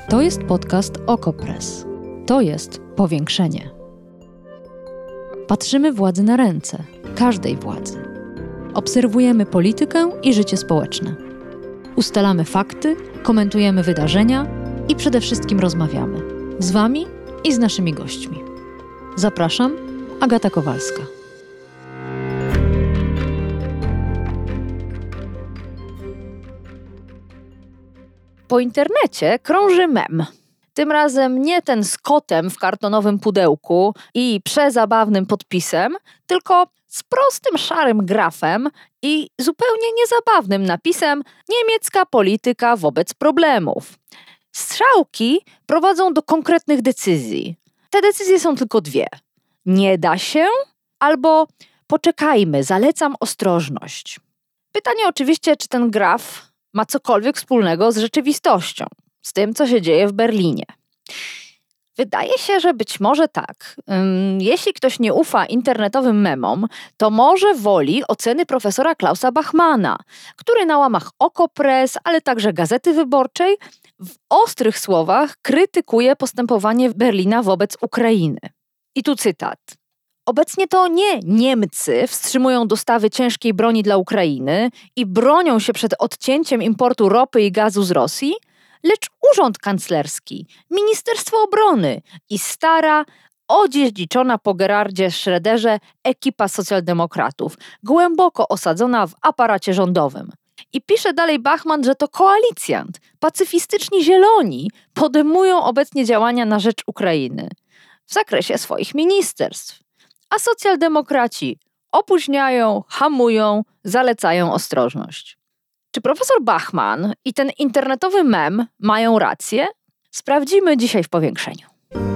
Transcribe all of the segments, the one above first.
To jest podcast Okopres. To jest powiększenie. Patrzymy władzy na ręce, każdej władzy. Obserwujemy politykę i życie społeczne. Ustalamy fakty, komentujemy wydarzenia i przede wszystkim rozmawiamy. Z Wami i z naszymi gośćmi. Zapraszam, Agata Kowalska. Po internecie krąży mem. Tym razem nie ten z kotem w kartonowym pudełku i przezabawnym podpisem, tylko z prostym szarym grafem i zupełnie niezabawnym napisem „Niemiecka polityka wobec problemów”. Strzałki prowadzą do konkretnych decyzji. Te decyzje są tylko dwie. Nie da się albo poczekajmy, zalecam ostrożność. Pytanie oczywiście, czy ten graf ma cokolwiek wspólnego z rzeczywistością, z tym, co się dzieje w Berlinie. Wydaje się, że być może tak. Jeśli ktoś nie ufa internetowym memom, to może woli oceny profesora Klausa Bachmana, który na łamach Okopres, ale także Gazety Wyborczej w ostrych słowach krytykuje postępowanie Berlina wobec Ukrainy. I tu cytat. Obecnie to nie Niemcy wstrzymują dostawy ciężkiej broni dla Ukrainy i bronią się przed odcięciem importu ropy i gazu z Rosji, lecz Urząd Kanclerski, Ministerstwo Obrony i stara, odziedziczona po Gerardzie Schröderze ekipa socjaldemokratów, głęboko osadzona w aparacie rządowym. I pisze dalej Bachman, że to koalicjant, pacyfistyczni zieloni podejmują obecnie działania na rzecz Ukrainy w zakresie swoich ministerstw. A socjaldemokraci opóźniają, hamują, zalecają ostrożność. Czy profesor Bachman i ten internetowy mem mają rację? Sprawdzimy dzisiaj w powiększeniu.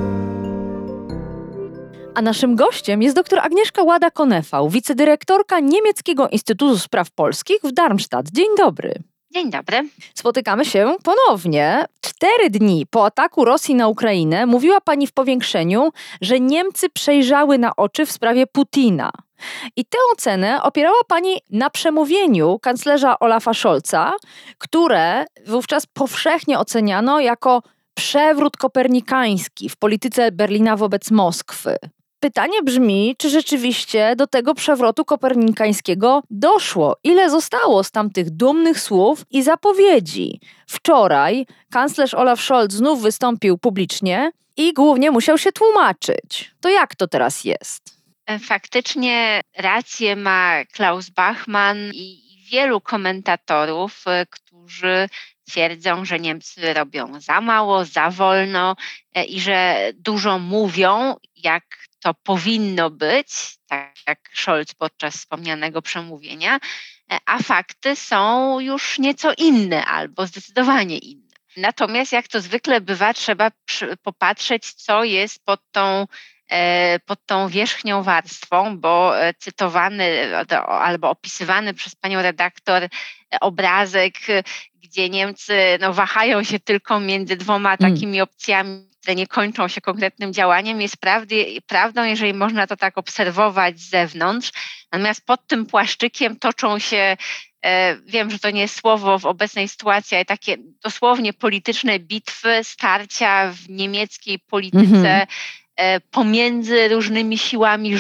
A naszym gościem jest dr Agnieszka Łada-Konefał, wicedyrektorka Niemieckiego Instytutu Spraw Polskich w Darmstadt. Dzień dobry. Dzień dobry. Spotykamy się ponownie. 4 dni po ataku Rosji na Ukrainę mówiła pani w powiększeniu, że Niemcy przejrzały na oczy w sprawie Putina. I tę ocenę opierała pani na przemówieniu kanclerza Olafa Scholza, które wówczas powszechnie oceniano jako przewrót kopernikański w polityce Berlina wobec Moskwy. Pytanie brzmi, czy rzeczywiście do tego przewrotu kopernikańskiego doszło? Ile zostało z tamtych dumnych słów i zapowiedzi? Wczoraj kanclerz Olaf Scholz znów wystąpił publicznie i głównie musiał się tłumaczyć. To jak to teraz jest? Faktycznie rację ma Klaus Bachmann i wielu komentatorów, którzy twierdzą, że Niemcy robią za mało, za wolno i że dużo mówią, jak to powinno być, tak jak Scholz podczas wspomnianego przemówienia, a fakty są już nieco inne albo zdecydowanie inne. Natomiast jak to zwykle bywa, trzeba popatrzeć, co jest pod tą wierzchnią warstwą, bo cytowany albo opisywany przez panią redaktor obrazek, gdzie Niemcy wahają się tylko między dwoma takimi opcjami, które nie kończą się konkretnym działaniem, jest prawdą, jeżeli można to tak obserwować z zewnątrz. Natomiast pod tym płaszczykiem toczą się, wiem, że to nie jest słowo w obecnej sytuacji, ale takie dosłownie polityczne bitwy, starcia w niemieckiej polityce pomiędzy różnymi siłami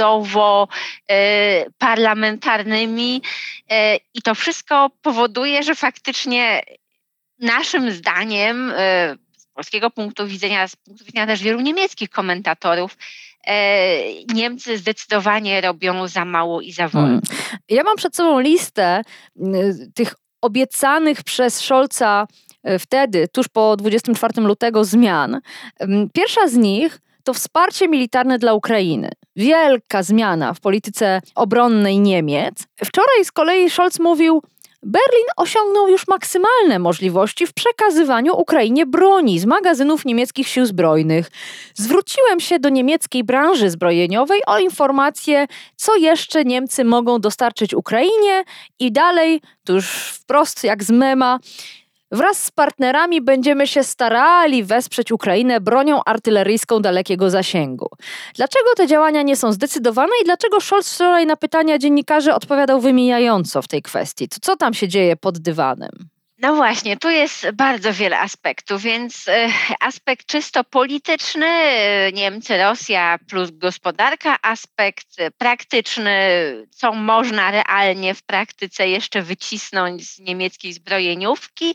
rządowo-parlamentarnymi i to wszystko powoduje, że faktycznie naszym zdaniem, z polskiego punktu widzenia, z punktu widzenia też wielu niemieckich komentatorów, Niemcy zdecydowanie robią za mało i za wolno. Ja mam przed sobą listę tych obiecanych przez Scholza wtedy, tuż po 24 lutego zmian. Pierwsza z nich to wsparcie militarne dla Ukrainy. Wielka zmiana w polityce obronnej Niemiec. Wczoraj z kolei Scholz mówił, Berlin osiągnął już maksymalne możliwości w przekazywaniu Ukrainie broni z magazynów niemieckich sił zbrojnych. Zwróciłem się do niemieckiej branży zbrojeniowej o informację, co jeszcze Niemcy mogą dostarczyć Ukrainie i dalej, to już wprost jak z mema, wraz z partnerami będziemy się starali wesprzeć Ukrainę bronią artyleryjską dalekiego zasięgu. Dlaczego te działania nie są zdecydowane i dlaczego Scholz wczoraj na pytania dziennikarzy odpowiadał wymijająco w tej kwestii? Co tam się dzieje pod dywanem? No właśnie, tu jest bardzo wiele aspektów, więc aspekt czysto polityczny, Niemcy, Rosja plus gospodarka, aspekt praktyczny, co można realnie w praktyce jeszcze wycisnąć z niemieckiej zbrojeniówki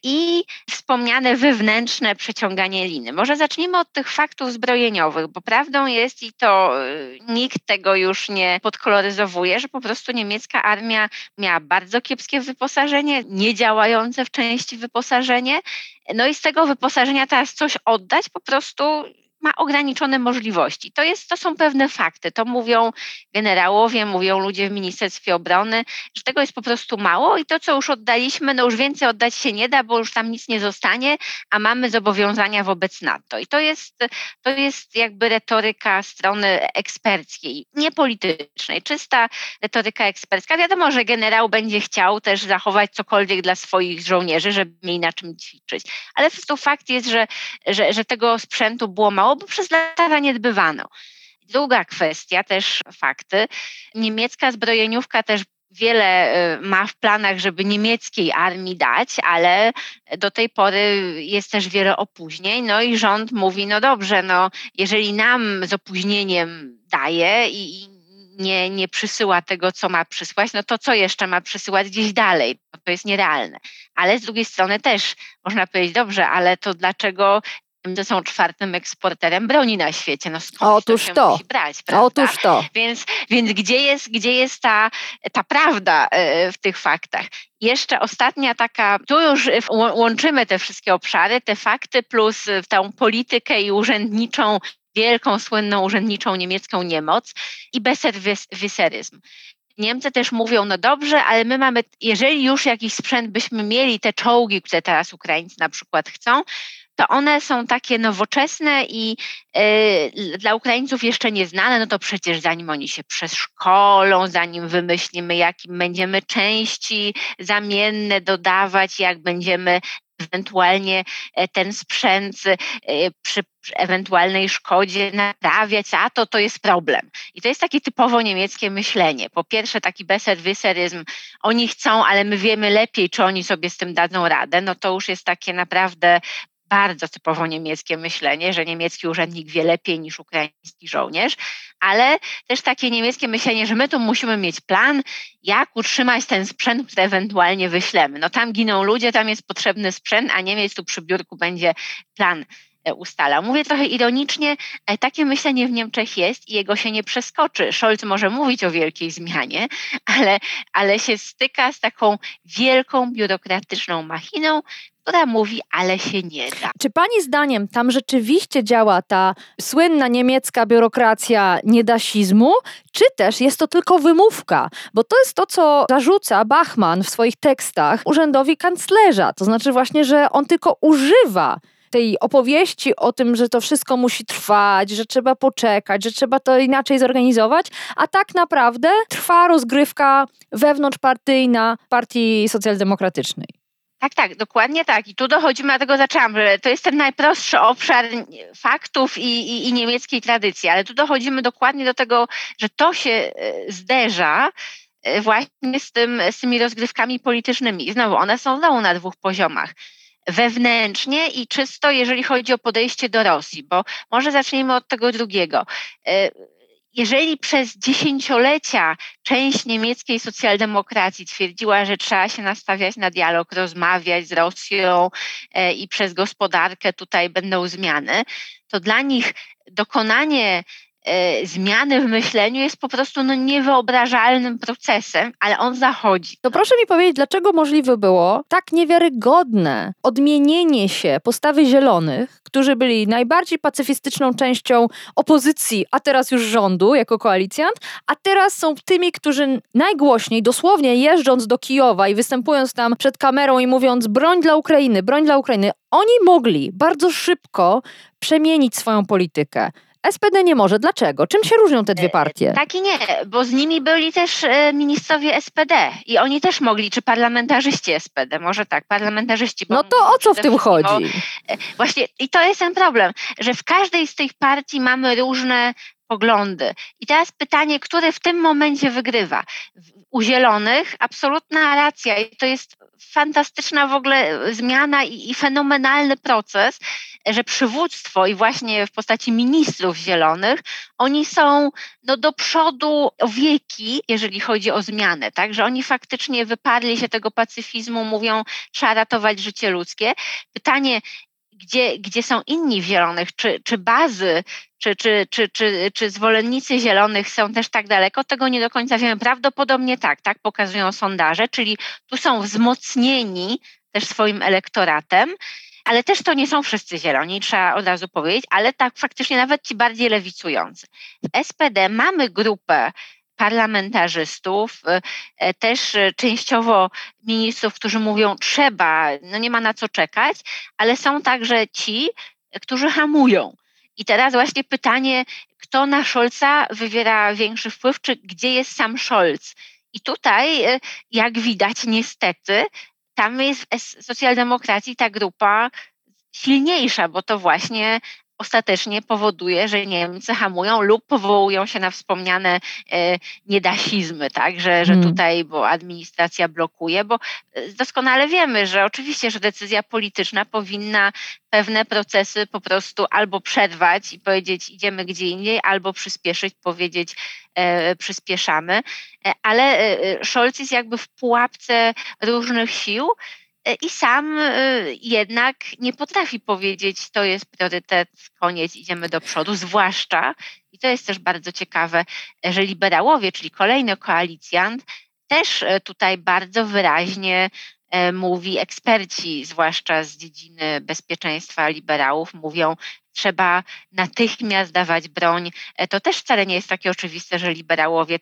i wspomniane wewnętrzne przeciąganie liny. Może zacznijmy od tych faktów zbrojeniowych, bo prawdą jest i to nikt tego już nie podkoloryzowuje, że po prostu niemiecka armia miała bardzo kiepskie wyposażenie, niedziałające w części wyposażenie, no i z tego wyposażenia teraz coś oddać po prostu ma ograniczone możliwości. To są pewne fakty. To mówią generałowie, mówią ludzie w Ministerstwie Obrony, że tego jest po prostu mało i to, co już oddaliśmy, no już więcej oddać się nie da, bo już tam nic nie zostanie, a mamy zobowiązania wobec NATO. I to jest jakby retoryka strony eksperckiej, nie politycznej, czysta retoryka ekspercka. Wiadomo, że generał będzie chciał też zachować cokolwiek dla swoich żołnierzy, żeby mieli na czym ćwiczyć. Ale po prostu fakt jest, że tego sprzętu było mało, bo przez lata zaniedbywano. Druga kwestia, też fakty. Niemiecka zbrojeniówka też wiele ma w planach, żeby niemieckiej armii dać, ale do tej pory jest też wiele opóźnień. No i rząd mówi, no dobrze, no jeżeli nam z opóźnieniem daje i nie przysyła tego, co ma przysłać, no to co jeszcze ma przysyłać gdzieś dalej? To jest nierealne. Ale z drugiej strony też można powiedzieć, dobrze, ale to dlaczego Niemcy są czwartym eksporterem broni na świecie? No skądś to się musi brać, prawda? Otóż to. Więc gdzie jest ta prawda w tych faktach? Jeszcze ostatnia taka, tu już łączymy te wszystkie obszary, te fakty plus tą politykę i urzędniczą, wielką, słynną urzędniczą niemiecką niemoc i beserwiseryzm. Niemcy też mówią, no dobrze, ale my mamy, jeżeli już jakiś sprzęt byśmy mieli, te czołgi, które teraz Ukraińcy na przykład chcą, to one są takie nowoczesne i dla Ukraińców jeszcze nieznane, no to przecież zanim oni się przeszkolą, zanim wymyślimy, jakim będziemy części zamienne dodawać, jak będziemy ewentualnie ten sprzęt przy ewentualnej szkodzie naprawiać, a to jest problem. I to jest takie typowo niemieckie myślenie. Po pierwsze taki beserwiseryzm, oni chcą, ale my wiemy lepiej, czy oni sobie z tym dadzą radę, no to już jest takie naprawdę bardzo typowo niemieckie myślenie, że niemiecki urzędnik wie lepiej niż ukraiński żołnierz, ale też takie niemieckie myślenie, że my tu musimy mieć plan, jak utrzymać ten sprzęt, który ewentualnie wyślemy. No tam giną ludzie, tam jest potrzebny sprzęt, a Niemiec tu przy biurku będzie plan ustalał. Mówię trochę ironicznie, ale takie myślenie w Niemczech jest i jego się nie przeskoczy. Scholz może mówić o wielkiej zmianie, ale się styka z taką wielką, biurokratyczną machiną, która mówi, ale się nie da. Czy pani zdaniem tam rzeczywiście działa ta słynna niemiecka biurokracja niedasizmu, czy też jest to tylko wymówka? Bo to jest to, co zarzuca Bachmann w swoich tekstach urzędowi kanclerza. To znaczy właśnie, że on tylko używa tej opowieści o tym, że to wszystko musi trwać, że trzeba poczekać, że trzeba to inaczej zorganizować, a tak naprawdę trwa rozgrywka wewnątrzpartyjna Partii Socjaldemokratycznej. Tak, dokładnie tak. I tu dochodzimy, dlatego zaczęłam, że to jest ten najprostszy obszar faktów i niemieckiej tradycji, ale tu dochodzimy dokładnie do tego, że to się zderza właśnie z tymi rozgrywkami politycznymi. I znowu, one są na dwóch poziomach. Wewnętrznie i czysto, jeżeli chodzi o podejście do Rosji, bo może zacznijmy od tego drugiego. Jeżeli przez dziesięciolecia część niemieckiej socjaldemokracji twierdziła, że trzeba się nastawiać na dialog, rozmawiać z Rosją i przez gospodarkę tutaj będą zmiany, to dla nich dokonanie zmiany w myśleniu jest po prostu niewyobrażalnym procesem, ale on zachodzi. To proszę mi powiedzieć, dlaczego możliwe było tak niewiarygodne odmienienie się postawy Zielonych, którzy byli najbardziej pacyfistyczną częścią opozycji, a teraz już rządu jako koalicjant, a teraz są tymi, którzy najgłośniej, dosłownie jeżdżąc do Kijowa i występując tam przed kamerą i mówiąc broń dla Ukrainy, oni mogli bardzo szybko przemienić swoją politykę. SPD nie może. Dlaczego? Czym się różnią te dwie partie? Tak i nie, bo z nimi byli też ministrowie SPD i oni też mogli, czy parlamentarzyści SPD, może tak, parlamentarzyści. No to o co w tym chodzi? Właśnie i to jest ten problem, że w każdej z tych partii mamy różne poglądy. I teraz pytanie, który w tym momencie wygrywa? u Zielonych absolutna racja i to jest fantastyczna w ogóle zmiana i fenomenalny proces, że przywództwo i właśnie w postaci ministrów Zielonych, oni są do przodu o wieki, jeżeli chodzi o zmianę, tak? Że oni faktycznie wyparli się tego pacyfizmu, mówią, trzeba ratować życie ludzkie. Pytanie, gdzie są inni w Zielonych, czy bazy, czy zwolennicy Zielonych są też tak daleko, tego nie do końca wiemy. Prawdopodobnie tak pokazują sondaże, czyli tu są wzmocnieni też swoim elektoratem, ale też to nie są wszyscy Zieloni, trzeba od razu powiedzieć, ale tak faktycznie nawet ci bardziej lewicujący. W SPD mamy grupę parlamentarzystów, też częściowo ministrów, którzy mówią trzeba, nie ma na co czekać, ale są także ci, którzy hamują. I teraz właśnie pytanie, kto na Scholza wywiera większy wpływ, czy gdzie jest sam Scholz? I tutaj, jak widać niestety, tam jest w socjaldemokracji ta grupa silniejsza, bo to właśnie ostatecznie powoduje, że Niemcy hamują lub powołują się na wspomniane niedasizmy, tak, że tutaj, bo administracja blokuje, bo doskonale wiemy, że oczywiście, że decyzja polityczna powinna pewne procesy po prostu albo przerwać i powiedzieć idziemy gdzie indziej, albo przyspieszyć, powiedzieć przyspieszamy, ale Scholz jest jakby w pułapce różnych sił, i sam jednak nie potrafi powiedzieć, to jest priorytet, koniec, idziemy do przodu, zwłaszcza, i to jest też bardzo ciekawe, że liberałowie, czyli kolejny koalicjant, też tutaj bardzo wyraźnie mówi eksperci, zwłaszcza z dziedziny bezpieczeństwa liberałów, mówią, trzeba natychmiast dawać broń. To też wcale nie jest takie oczywiste, że liberałowie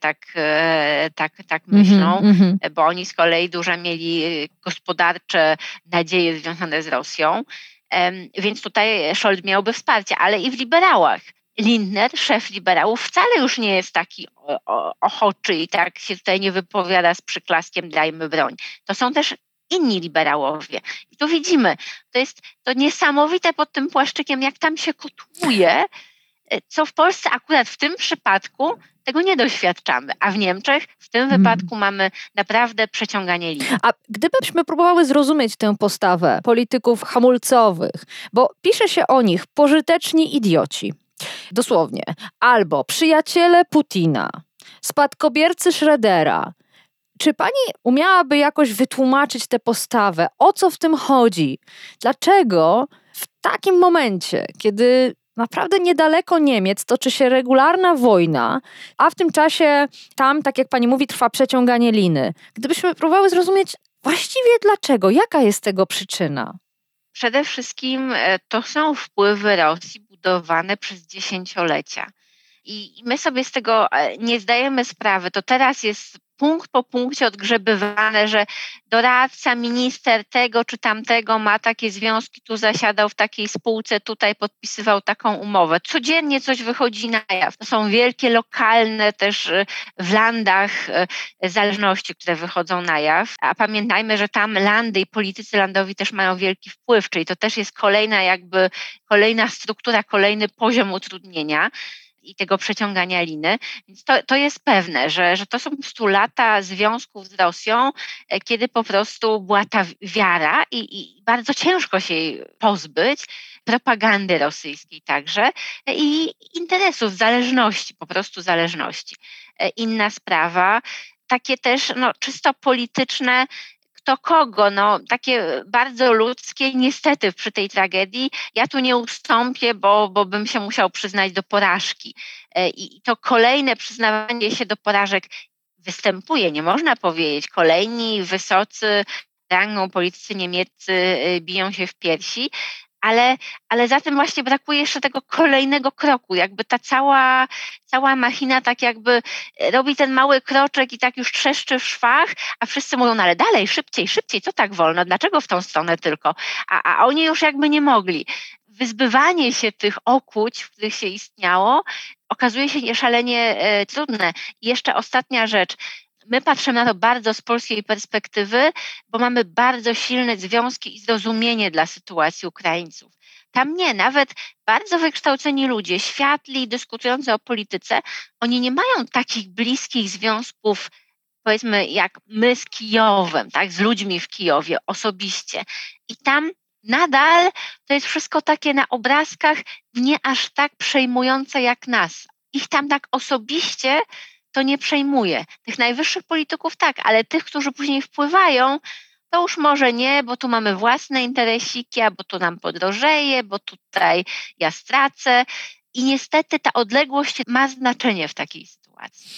tak myślą, bo oni z kolei duże mieli gospodarcze nadzieje związane z Rosją, więc tutaj Scholz miałby wsparcie, ale i w liberałach. Lindner, szef liberałów, wcale już nie jest taki ochoczy i tak się tutaj nie wypowiada z przyklaskiem dajmy broń. To są też inni liberałowie. I tu widzimy, to jest to niesamowite pod tym płaszczykiem, jak tam się kotłuje, co w Polsce akurat w tym przypadku tego nie doświadczamy, a w Niemczech w tym wypadku mamy naprawdę przeciąganie linii. A gdybyśmy próbowały zrozumieć tę postawę polityków hamulcowych, bo pisze się o nich pożyteczni idioci, dosłownie, albo przyjaciele Putina, spadkobiercy Schrödera. Czy pani umiałaby jakoś wytłumaczyć tę postawę? O co w tym chodzi? Dlaczego w takim momencie, kiedy naprawdę niedaleko Niemiec toczy się regularna wojna, a w tym czasie tam, tak jak pani mówi, trwa przeciąganie liny. Gdybyśmy próbowały zrozumieć właściwie dlaczego, jaka jest tego przyczyna? Przede wszystkim to są wpływy Rosji budowane przez dziesięciolecia. I my sobie z tego nie zdajemy sprawy. To teraz jest punkt po punkcie odgrzebywane, że doradca, minister tego czy tamtego ma takie związki, tu zasiadał w takiej spółce, tutaj podpisywał taką umowę. Codziennie coś wychodzi na jaw. To są wielkie, lokalne też w landach zależności, które wychodzą na jaw. A pamiętajmy, że tam landy i politycy landowi też mają wielki wpływ, czyli to też jest kolejna struktura, kolejny poziom utrudnienia i tego przeciągania liny. Więc to jest pewne, że to są po prostu lata związków z Rosją, kiedy po prostu była ta wiara i bardzo ciężko się jej pozbyć, propagandy rosyjskiej także i interesów, zależności, po prostu zależności. Inna sprawa, takie też czysto polityczne, kto kogo, takie bardzo ludzkie, niestety przy tej tragedii, ja tu nie ustąpię, bo bym się musiał przyznać do porażki. I to kolejne przyznawanie się do porażek występuje, nie można powiedzieć, kolejni wysocy rangą politycy niemieccy biją się w piersi, ale za tym właśnie brakuje jeszcze tego kolejnego kroku, jakby ta cała machina tak jakby robi ten mały kroczek i tak już trzeszczy w szwach, a wszyscy mówią, ale dalej, szybciej, co tak wolno, dlaczego w tą stronę tylko? A oni już jakby nie mogli. Wyzbywanie się tych okuć, w których się istniało, okazuje się szalenie trudne. I jeszcze ostatnia rzecz. My patrzymy na to bardzo z polskiej perspektywy, bo mamy bardzo silne związki i zrozumienie dla sytuacji Ukraińców. Tam nie, nawet bardzo wykształceni ludzie, światli, dyskutujący o polityce, oni nie mają takich bliskich związków powiedzmy jak my z Kijowem, tak, z ludźmi w Kijowie osobiście. I tam nadal to jest wszystko takie na obrazkach nie aż tak przejmujące jak nas. Ich tam tak osobiście to nie przejmuje. Tych najwyższych polityków tak, ale tych, którzy później wpływają, to już może nie, bo tu mamy własne interesiki, bo tu nam podrożeje, bo tutaj ja stracę. I niestety ta odległość ma znaczenie w takiej sytuacji.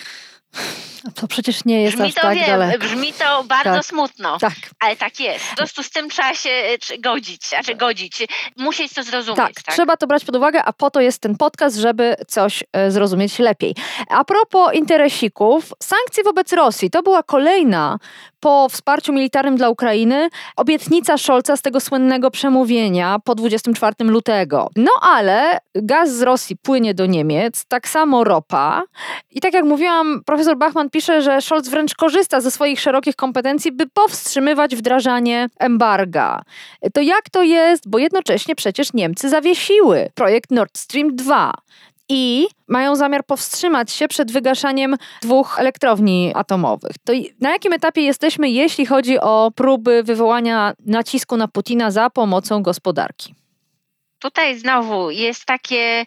To przecież nie jest aż tak daleko. Brzmi to bardzo smutno, tak. Ale tak jest. Po prostu z tym trzeba się godzić. Musieć to zrozumieć. Tak, trzeba to brać pod uwagę, a po to jest ten podcast, żeby coś zrozumieć lepiej. A propos interesików, sankcje wobec Rosji to była kolejna po wsparciu militarnym dla Ukrainy obietnica Scholza z tego słynnego przemówienia po 24 lutego. No ale gaz z Rosji płynie do Niemiec, tak samo ropa. I tak jak mówiłam, profesor Bachmann pisze, że Scholz wręcz korzysta ze swoich szerokich kompetencji, by powstrzymywać wdrażanie embarga. To jak to jest? Bo jednocześnie przecież Niemcy zawiesiły projekt Nord Stream 2. I mają zamiar powstrzymać się przed wygaszaniem 2 elektrowni atomowych. To na jakim etapie jesteśmy, jeśli chodzi o próby wywołania nacisku na Putina za pomocą gospodarki? Tutaj znowu jest takie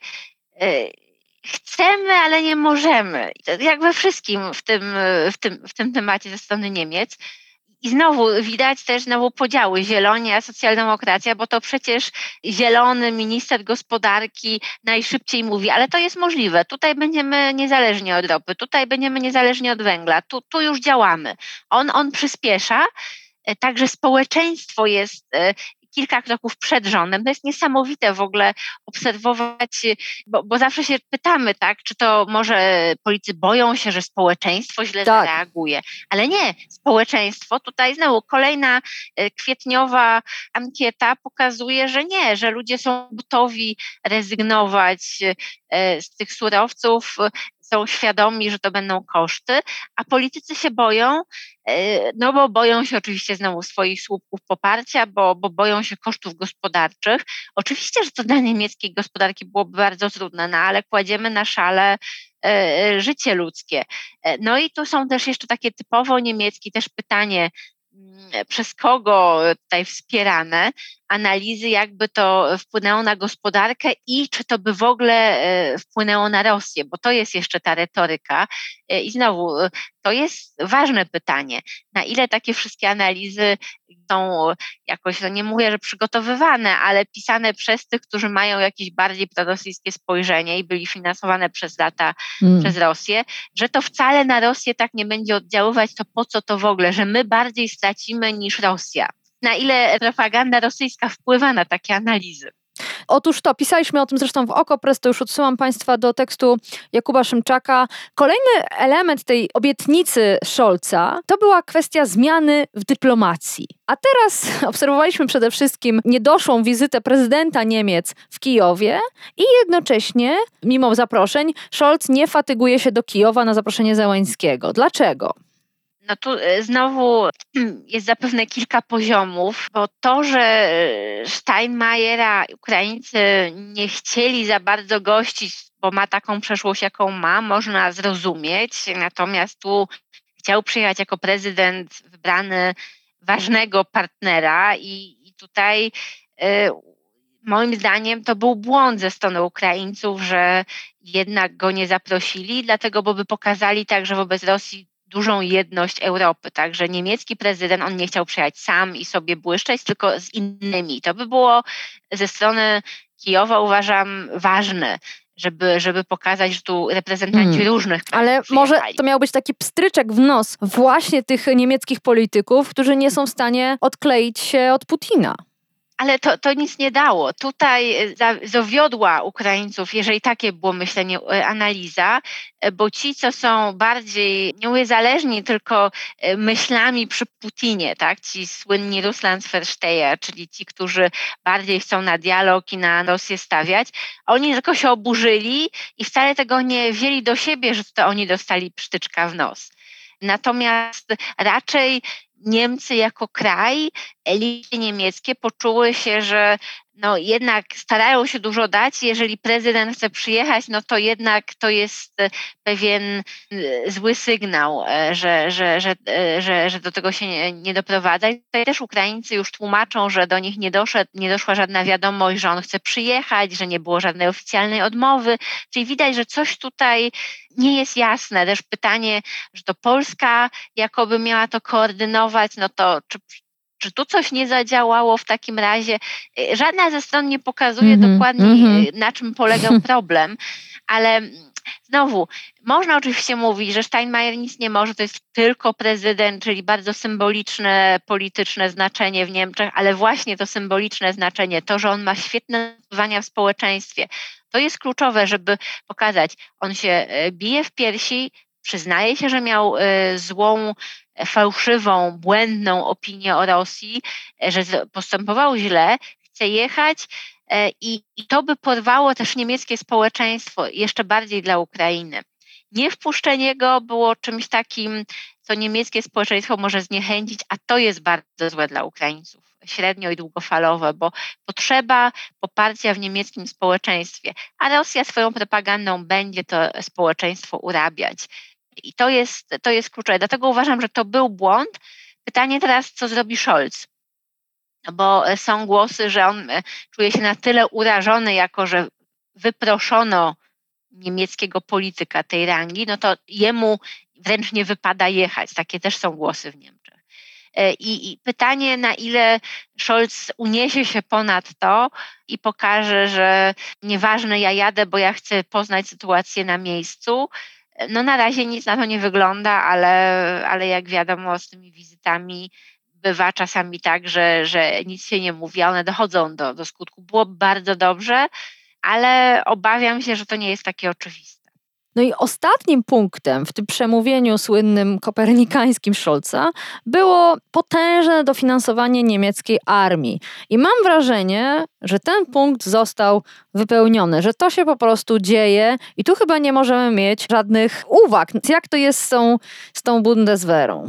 chcemy, ale nie możemy. Jak we wszystkim w tym temacie ze strony Niemiec. I znowu widać też podziały zieloni a socjaldemokracja, bo to przecież zielony minister gospodarki najszybciej mówi, ale to jest możliwe. Tutaj będziemy niezależni od ropy, tutaj będziemy niezależni od węgla, tu już działamy. On przyspiesza, także społeczeństwo jest kilka kroków przed rządem. To jest niesamowite w ogóle obserwować, bo zawsze się pytamy, tak, czy to może politycy boją się, że społeczeństwo źle zareaguje. Ale nie, społeczeństwo, tutaj znowu kolejna kwietniowa ankieta pokazuje, że nie, że ludzie są gotowi rezygnować z tych surowców, są świadomi, że to będą koszty, a politycy się boją, bo boją się oczywiście znowu swoich słupków poparcia, bo boją się kosztów gospodarczych. Oczywiście, że to dla niemieckiej gospodarki byłoby bardzo trudne, ale kładziemy na szale życie ludzkie. No i tu są też jeszcze takie typowo niemieckie też pytanie, przez kogo tutaj wspierane, analizy jakby to wpłynęło na gospodarkę i czy to by w ogóle wpłynęło na Rosję, bo to jest jeszcze ta retoryka. I znowu, to jest ważne pytanie, na ile takie wszystkie analizy są jakoś, nie mówię, że przygotowywane, ale pisane przez tych, którzy mają jakieś bardziej prorosyjskie spojrzenie i byli finansowane przez lata przez Rosję, że to wcale na Rosję tak nie będzie oddziaływać, to po co to w ogóle, że my bardziej stracimy niż Rosja. Na ile propaganda rosyjska wpływa na takie analizy? Otóż to, pisaliśmy o tym zresztą w Okopres, to już odsyłam Państwa do tekstu Jakuba Szymczaka. Kolejny element tej obietnicy Scholza to była kwestia zmiany w dyplomacji. A teraz obserwowaliśmy przede wszystkim niedoszłą wizytę prezydenta Niemiec w Kijowie i jednocześnie, mimo zaproszeń, Scholz nie fatyguje się do Kijowa na zaproszenie Zełańskiego. Dlaczego? No tu znowu jest zapewne kilka poziomów, bo to, że Steinmeiera Ukraińcy nie chcieli za bardzo gościć, bo ma taką przeszłość, jaką ma, można zrozumieć. Natomiast tu chciał przyjechać jako prezydent wybrany ważnego partnera i tutaj moim zdaniem to był błąd ze strony Ukraińców, że jednak go nie zaprosili, dlatego bo by pokazali także wobec Rosji dużą jedność Europy, także niemiecki prezydent, on nie chciał przyjechać sam i sobie błyszczeć, tylko z innymi. To by było ze strony Kijowa, uważam, ważne, żeby pokazać, że tu reprezentanci różnych krajów Ale przyjechali. może to miał być taki pstryczek w nos właśnie tych niemieckich polityków, którzy nie są w stanie odkleić się od Putina. Ale to nic nie dało. Tutaj zawiodła Ukraińców, jeżeli takie było myślenie, analiza, bo ci, co są bardziej niezależni tylko myślami przy Putinie, tak? Ci słynni Russlandsversteher, czyli ci, którzy bardziej chcą na dialog i na Rosję stawiać, oni tylko się oburzyli i wcale tego nie wzięli do siebie, że to oni dostali psztyczka w nos. Natomiast raczej Niemcy jako kraj, elity niemieckie poczuły się, że no jednak starają się dużo dać. Jeżeli prezydent chce przyjechać, no to jednak to jest pewien zły sygnał, że do tego się nie doprowadza. I tutaj też Ukraińcy już tłumaczą, że do nich nie doszła żadna wiadomość, że on chce przyjechać, że nie było żadnej oficjalnej odmowy. Czyli widać, że coś tutaj nie jest jasne. Też pytanie, że to Polska jakoby miała to koordynować, no to czy tu coś nie zadziałało w takim razie? Żadna ze stron nie pokazuje dokładnie, na czym polegał problem, ale znowu, można oczywiście mówić, że Steinmeier nic nie może, to jest tylko prezydent, czyli bardzo symboliczne polityczne znaczenie w Niemczech, ale właśnie to symboliczne znaczenie, to, że on ma świetne wpływania w społeczeństwie, to jest kluczowe, żeby pokazać, on się bije w piersi, przyznaje się, że miał złą, fałszywą, błędną opinię o Rosji, że postępował źle, chce jechać i to by porwało też niemieckie społeczeństwo jeszcze bardziej dla Ukrainy. Niewpuszczenie go było czymś takim, co niemieckie społeczeństwo może zniechęcić, a to jest bardzo złe dla Ukraińców, średnio i długofalowe, bo potrzeba poparcia w niemieckim społeczeństwie, a Rosja swoją propagandą będzie to społeczeństwo urabiać. I to jest kluczowe. Dlatego uważam, że to był błąd. Pytanie teraz, co zrobi Scholz? Bo są głosy, że on czuje się na tyle urażony, jako że wyproszono niemieckiego polityka tej rangi, no to jemu wręcz nie wypada jechać. Takie też są głosy w Niemczech. I pytanie, na ile Scholz uniesie się ponad to i pokaże, że nieważne, ja jadę, bo ja chcę poznać sytuację na miejscu. No na razie nic na to nie wygląda, ale jak wiadomo, z tymi wizytami bywa czasami tak, że nic się nie mówi, a one dochodzą do skutku. Było bardzo dobrze, ale obawiam się, że to nie jest takie oczywiste. No i ostatnim punktem w tym przemówieniu słynnym kopernikańskim Scholza było potężne dofinansowanie niemieckiej armii. I mam wrażenie, że ten punkt został wypełniony, że to się po prostu dzieje i tu chyba nie możemy mieć żadnych uwag. Jak to jest z tą Bundeswehrą?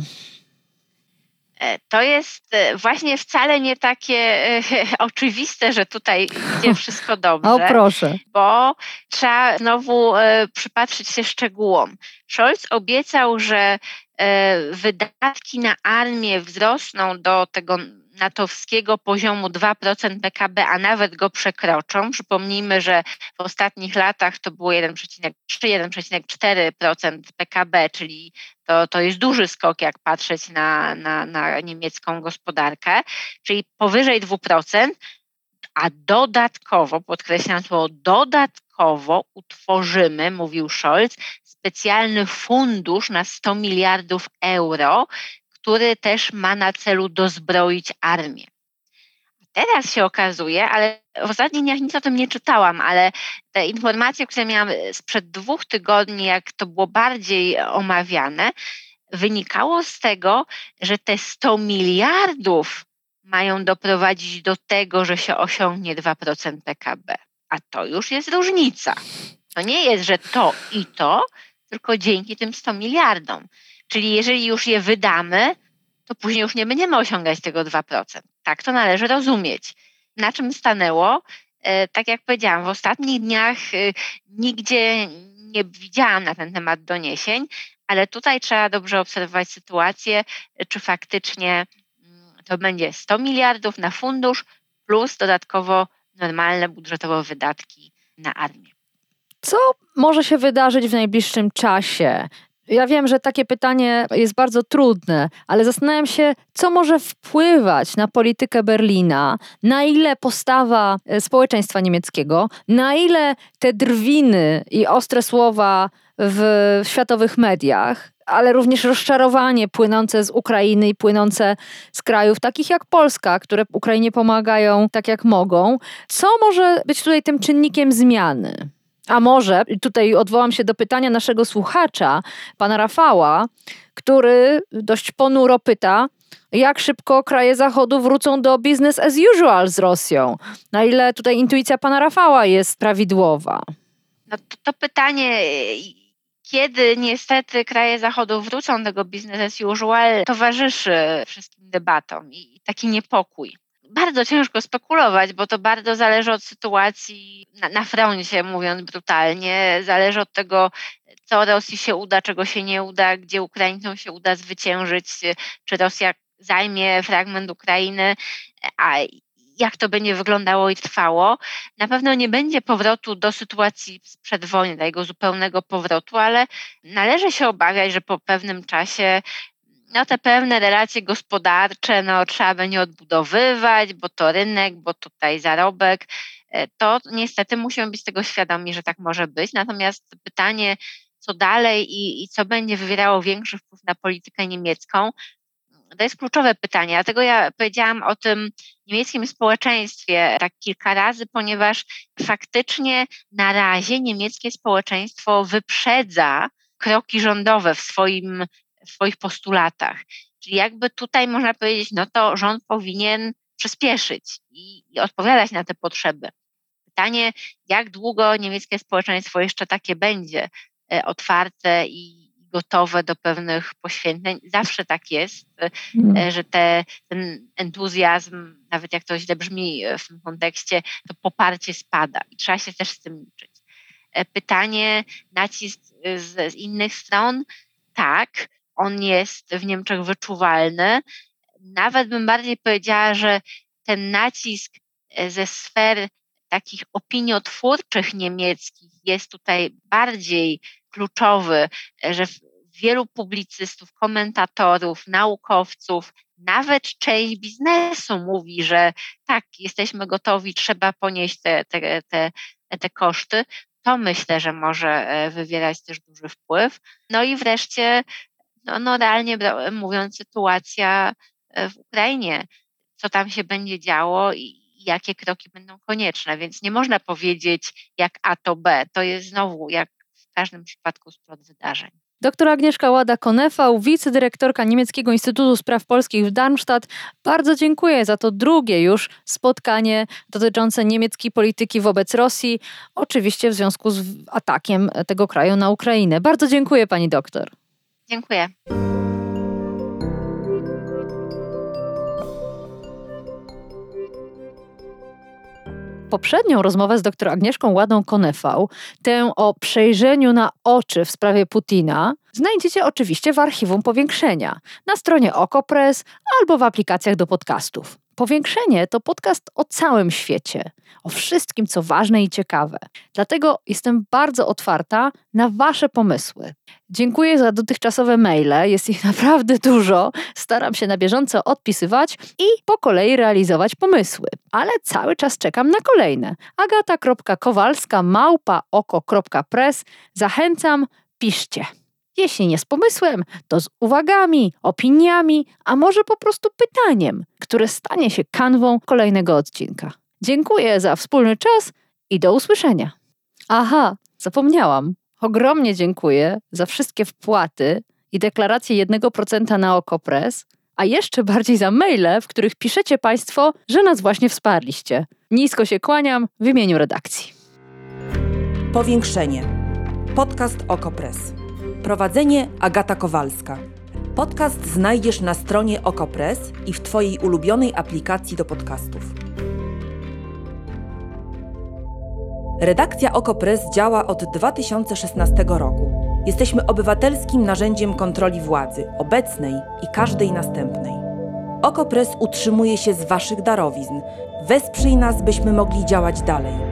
To jest właśnie wcale nie takie oczywiste, że tutaj idzie wszystko dobrze. O proszę. Bo trzeba znowu przypatrzyć się szczegółom. Scholz obiecał, że wydatki na armię wzrosną do tego natowskiego poziomu 2% PKB, a nawet go przekroczą. Przypomnijmy, że w ostatnich latach to było 1,3-1,4% PKB, czyli to jest duży skok, jak patrzeć na niemiecką gospodarkę, czyli powyżej 2%, a dodatkowo, podkreślam słowo dodatkowo utworzymy, mówił Scholz, specjalny fundusz na 100 miliardów euro, który też ma na celu dozbroić armię. Teraz się okazuje, ale w ostatnich dniach nic o tym nie czytałam, ale te informacje, które miałam sprzed 2 tygodni, jak to było bardziej omawiane, wynikało z tego, że te 100 miliardów mają doprowadzić do tego, że się osiągnie 2% PKB. A to już jest różnica. To nie jest, że to i to, tylko dzięki tym 100 miliardom. Czyli jeżeli już je wydamy, to później już nie będziemy osiągać tego 2%. Tak to należy rozumieć. Na czym stanęło? Tak jak powiedziałam, w ostatnich dniach nigdzie nie widziałam na ten temat doniesień, ale tutaj trzeba dobrze obserwować sytuację, czy faktycznie to będzie 100 miliardów na fundusz plus dodatkowo normalne budżetowe wydatki na armię. Co może się wydarzyć w najbliższym czasie? Ja wiem, że takie pytanie jest bardzo trudne, ale zastanawiam się, co może wpływać na politykę Berlina, na ile postawa społeczeństwa niemieckiego, na ile te drwiny i ostre słowa w światowych mediach, ale również rozczarowanie płynące z Ukrainy i płynące z krajów takich jak Polska, które Ukrainie pomagają tak jak mogą. Co może być tutaj tym czynnikiem zmiany? A może, tutaj odwołam się do pytania naszego słuchacza, pana Rafała, który dość ponuro pyta, jak szybko kraje Zachodu wrócą do business as usual z Rosją? Na ile tutaj intuicja pana Rafała jest prawidłowa? No to pytanie, kiedy niestety kraje Zachodu wrócą do tego business as usual, towarzyszy wszystkim debatom i taki niepokój. bardzo ciężko spekulować, bo to bardzo zależy od sytuacji na froncie, mówiąc brutalnie. Zależy od tego, co Rosji się uda, czego się nie uda, gdzie Ukraińcom się uda zwyciężyć, czy Rosja zajmie fragment Ukrainy, a jak to będzie wyglądało i trwało. Na pewno nie będzie powrotu do sytuacji sprzed wojny, takiego zupełnego powrotu, ale należy się obawiać, że po pewnym czasie te pewne relacje gospodarcze trzeba będzie odbudowywać, bo to rynek, bo tutaj zarobek. To niestety musimy być tego świadomi, że tak może być. Natomiast pytanie, co dalej i co będzie wywierało większy wpływ na politykę niemiecką, to jest kluczowe pytanie. Dlatego ja powiedziałam o tym niemieckim społeczeństwie tak kilka razy, ponieważ faktycznie na razie niemieckie społeczeństwo wyprzedza kroki rządowe w swoich postulatach. Czyli jakby tutaj można powiedzieć, to rząd powinien przyspieszyć i odpowiadać na te potrzeby. Pytanie, jak długo niemieckie społeczeństwo jeszcze takie będzie otwarte i gotowe do pewnych poświęceń. Zawsze tak jest, że ten entuzjazm, nawet jak to źle brzmi w tym kontekście, to poparcie spada i trzeba się też z tym liczyć. Pytanie, nacisk z innych stron, tak, on jest w Niemczech wyczuwalny. Nawet bym bardziej powiedziała, że ten nacisk ze sfer takich opiniotwórczych niemieckich jest tutaj bardziej kluczowy, że wielu publicystów, komentatorów, naukowców, nawet część biznesu mówi, że tak, jesteśmy gotowi, trzeba ponieść te koszty. To myślę, że może wywierać też duży wpływ. I wreszcie, realnie mówiąc, sytuacja w Ukrainie, co tam się będzie działo i jakie kroki będą konieczne, więc nie można powiedzieć jak A to B. To jest znowu jak w każdym przypadku splot wydarzeń. Dr Agnieszka Łada-Konefał, wicedyrektorka Niemieckiego Instytutu Spraw Polskich w Darmstadt. Bardzo dziękuję za to drugie już spotkanie dotyczące niemieckiej polityki wobec Rosji, oczywiście w związku z atakiem tego kraju na Ukrainę. Bardzo dziękuję pani doktor. Dziękuję. Poprzednią rozmowę z dr Agnieszką Ładą-Konefał, tę o przejrzeniu na oczy w sprawie Putina, znajdziecie oczywiście w archiwum Powiększenia, na stronie OKO.press albo w aplikacjach do podcastów. Powiększenie to podcast o całym świecie, o wszystkim, co ważne i ciekawe. Dlatego jestem bardzo otwarta na wasze pomysły. Dziękuję za dotychczasowe maile, jest ich naprawdę dużo. Staram się na bieżąco odpisywać i po kolei realizować pomysły. Ale cały czas czekam na kolejne. agata.kowalska@oko.press. Zachęcam, piszcie. Jeśli nie z pomysłem, to z uwagami, opiniami, a może po prostu pytaniem, które stanie się kanwą kolejnego odcinka. Dziękuję za wspólny czas i do usłyszenia. Aha, zapomniałam. Ogromnie dziękuję za wszystkie wpłaty i deklaracje 1% na OKO.press, a jeszcze bardziej za maile, w których piszecie Państwo, że nas właśnie wsparliście. Nisko się kłaniam w imieniu redakcji. Powiększenie. Podcast OKO.press. Prowadzenie Agata Kowalska. Podcast znajdziesz na stronie OKO.press i w Twojej ulubionej aplikacji do podcastów. Redakcja OKO.press działa od 2016 roku. Jesteśmy obywatelskim narzędziem kontroli władzy, obecnej i każdej następnej. OKO.press utrzymuje się z Waszych darowizn. Wesprzyj nas, byśmy mogli działać dalej.